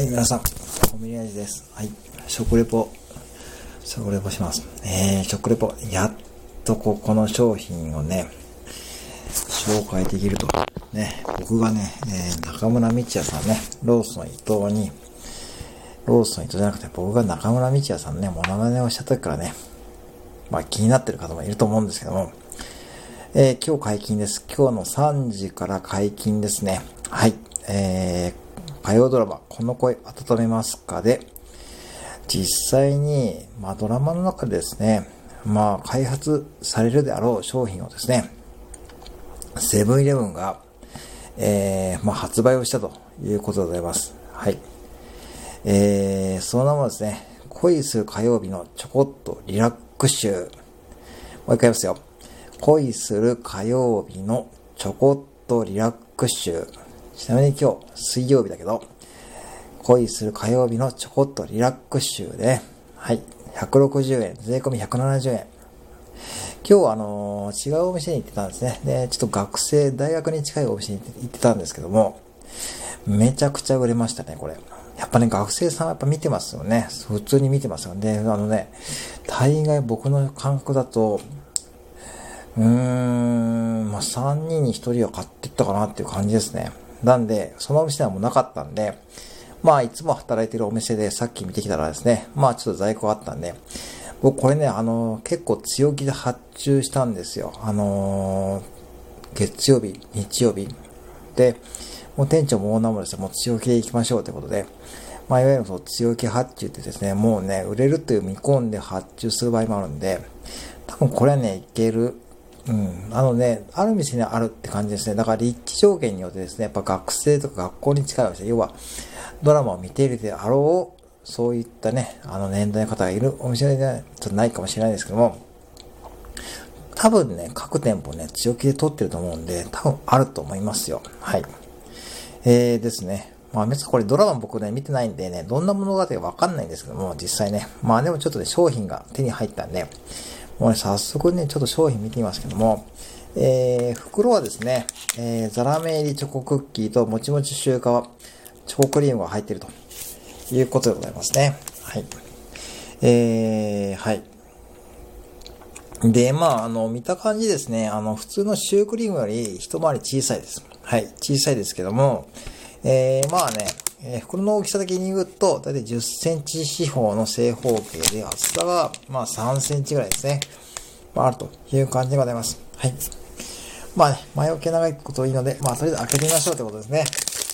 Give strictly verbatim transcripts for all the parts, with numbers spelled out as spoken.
はい、皆さん、コミュニアジです。はい、食レポ、食レポします。えー、食レポ、やっとここの商品をね、紹介できると。ね、僕がね、えー、中村道也さんね、ローソン伊藤に、ローソン伊藤じゃなくて僕が中村道也さんのね、モノマネをした時からね、まあ気になってる方もいると思うんですけども、えー、今日解禁です。今日のさんじから解禁ですね。はい、えー、火曜ドラマ、この声温めますかで、実際に、まあドラマの中でですね、まあ開発されるであろう商品をですね、セブンイレブンが、えー、まあ発売をしたということでございます。はい。えー、その名もですね、恋する火曜日のちょこっとリラックス集。もう一回言いますよ。恋する火曜日のちょこっとリラックス集。ちなみに今日水曜日だけど、恋する火曜日のちょこっとリラックス集で、はい、ひゃくろくじゅうえん、税込みひゃくななじゅうえん。今日はあのー、違うお店に行ってたんですね。で、ちょっと学生、大学に近いお店に行ってたんですけども、めちゃくちゃ売れましたね、これ。やっぱね、学生さんはやっぱ見てますよね。普通に見てますよね。あのね、大概僕の感覚だと、うーん、まあ、さんにんにひとりは買ってったかなっていう感じですね。なんで、そのお店はもうなかったんで、まあ、いつも働いてるお店でさっき見てきたらですね、まあ、ちょっと在庫あったんで、僕これね、あのー、結構強気で発注したんですよ。あのー、月曜日、日曜日。で、もう店長もオーナーもですね、もう強気で行きましょうということで、まあ、いわゆるその強気発注ってですね、もうね、売れるという見込んで発注する場合もあるんで、多分これはね、いける。うん。あのね、ある店にあるって感じですね。だから立地条件によってですね、やっぱ学生とか学校に近いわけです。要は、ドラマを見ているであろう、そういったね、あの年代の方がいるお店ではちょっとないかもしれないですけども、多分ね、各店舗ね、強気で取ってると思うんで、多分あると思いますよ。はい。えーですね。まあ、別にこれドラマ僕ね、見てないんでね、どんな物語かわかんないんですけども、実際ね。まあでもちょっとね、商品が手に入ったんで、もうね、早速ね、ちょっと商品見てみますけども、えー、袋はですね、えー、ザラメ入りチョコクッキーともちもちシュー皮、チョコクリームが入っているということでございますね。はい。えー、はい。で、まあ、あの、見た感じですね、あの、普通のシュークリームより一回り小さいです。はい。小さいですけども、えー、まあね、えー、袋の大きさだけに言うと、だいたいじゅっセンチ四方の正方形で、厚さが、まあさんセンチぐらいですね。まあ、あるという感じでございます。はい。まあね、前置き長いこといいので、まあ、とりあえず開けてみましょうということですね。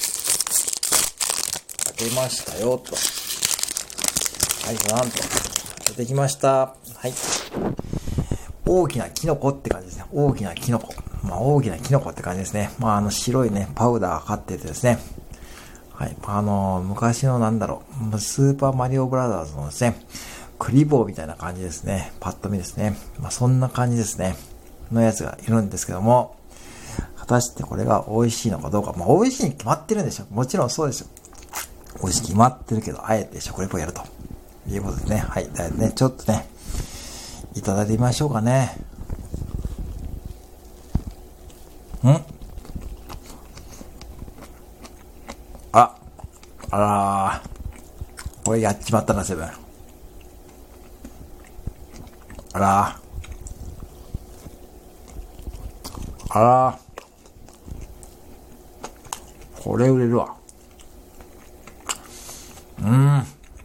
開けましたよ、と。はい、なんと。開けてきました。はい。大きなキノコって感じですね。大きなキノコ。まあ、大きなキノコって感じですね。まあ、あの、白いね、パウダーがかっててですね。はい。あの、昔のなんだろう、スーパーマリオブラザーズのですね、クリボーみたいな感じですね。パッと見ですね。まあ、そんな感じですね。のやつがいるんですけども、果たしてこれが美味しいのかどうか。まあ、美味しいに決まってるんでしょ。もちろんそうですよ。美味しいに決まってるけど、あえて食レポをやるということですね。はい。だいね、ちょっとね、いただいてみましょうかね。んあ、あらー、これやっちまったな、セブン。あらー、あらー、これ売れるわ。うーん。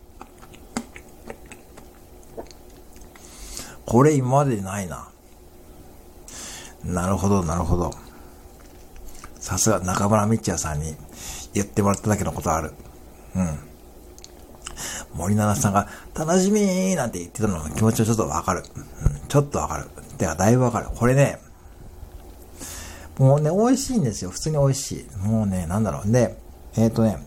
これ今までないな。なるほど、なるほど。さすが中村道也さんに言ってもらっただけのことある。うん。森七菜さんが楽しみーなんて言ってたのの気持ちはちょっとわかる。うん、ちょっとわかる。てかだいぶわかる。これね、もうね、美味しいんですよ。普通に美味しい。もうね、なんだろう。で、えっとね、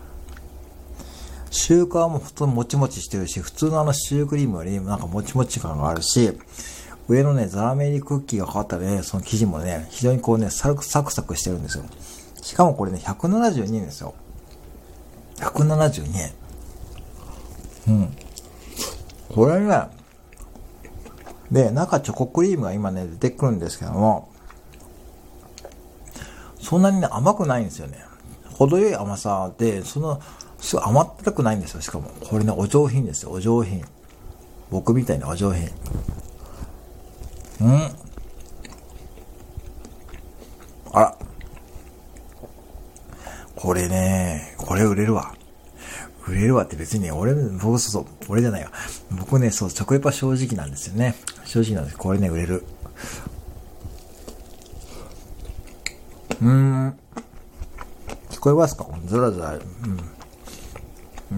シュー皮も普通にもちもちしてるし、普通のあのシュークリームよりなんかもちもち感があるし、上のね、ザラメ入りクッキーがかかったらね、その生地もね、非常にこうね、サクサクサクしてるんですよ。しかもこれね、ひゃくななじゅうにえんですよ。ひゃくななじゅうにえん。うん。これね、で、中チョコクリームが今ね、出てくるんですけども、そんなにね、甘くないんですよね。 程よい甘さで、その、すごい甘ったるくないんですよ。しかも、これね、お上品ですよ、お上品。僕みたいなお上品。うん。あら。これね、これ売れるわ。売れるわって別にね、俺、僕そうそう、俺じゃないよ。僕ね、そう、チョコレパ正直なんですよね。正直なんです。これね、売れる。うーん。聞こえますか？ずらずら。うん。うん。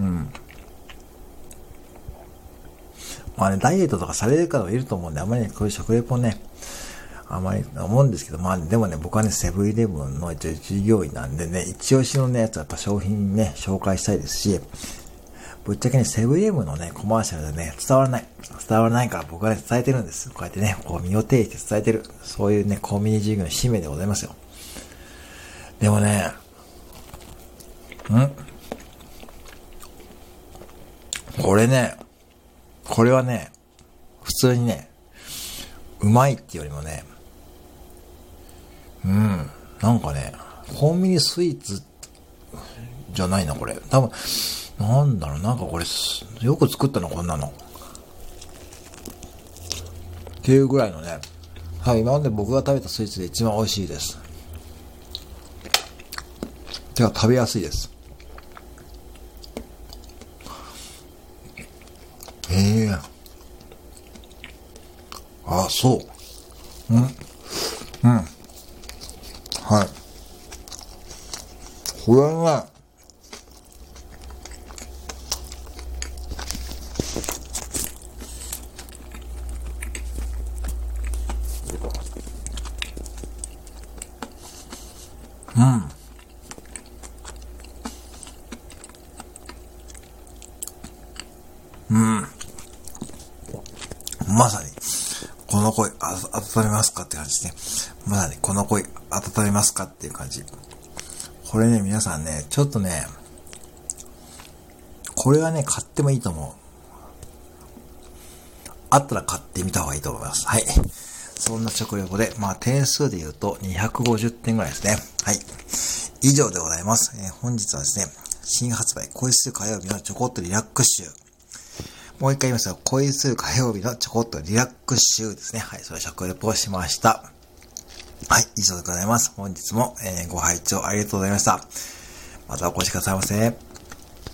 まあね、ダイエットとかされる方もいると思うんで、あんまりね、こういう食レポね、あまり思うんですけど、まあでもね、僕はね、セブンイレブンの従業員なんでね、一押しのね、やつはやっぱ商品ね、紹介したいですし、ぶっちゃけね、セブンイレブンのね、コマーシャルでね、伝わらない。伝わらないから僕はね、伝えてるんです。こうやってね、こう身を挺して伝えてる。そういうね、コンビニ事業の使命でございますよ。でもね、んこれね、これはね、普通にね、うまいっていうよりもね、うん、なんかね、コンビニスイーツじゃないな、これ。多分、なんだろう、なんかこれ、よく作ったの、こんなの。っていうぐらいのね、はい、今まで僕が食べたスイーツで一番美味しいです。てか、食べやすいです。へえ。あ、そう。うん。うん。はい。これはね、うん。うん。まさに、この声、あ、温めますかって感じですね。まさに、この声、温めますかっていう感じ。これね、皆さんね、ちょっとね、これはね、買ってもいいと思う。あったら買ってみた方がいいと思います。はい。そんな食レポで、まあ点数で言うとにひゃくごじゅってんぐらいですね。はい。以上でございます。えー、本日はですね、新発売、恋する火曜日のちょこっとリラックス集。もう一回言いますよ。恋する火曜日のちょこっとリラックス集ですね。はい。それ食レポをしました。はい。以上でございます。本日も、えー、ご拝聴ありがとうございました。またお越しくださいませ。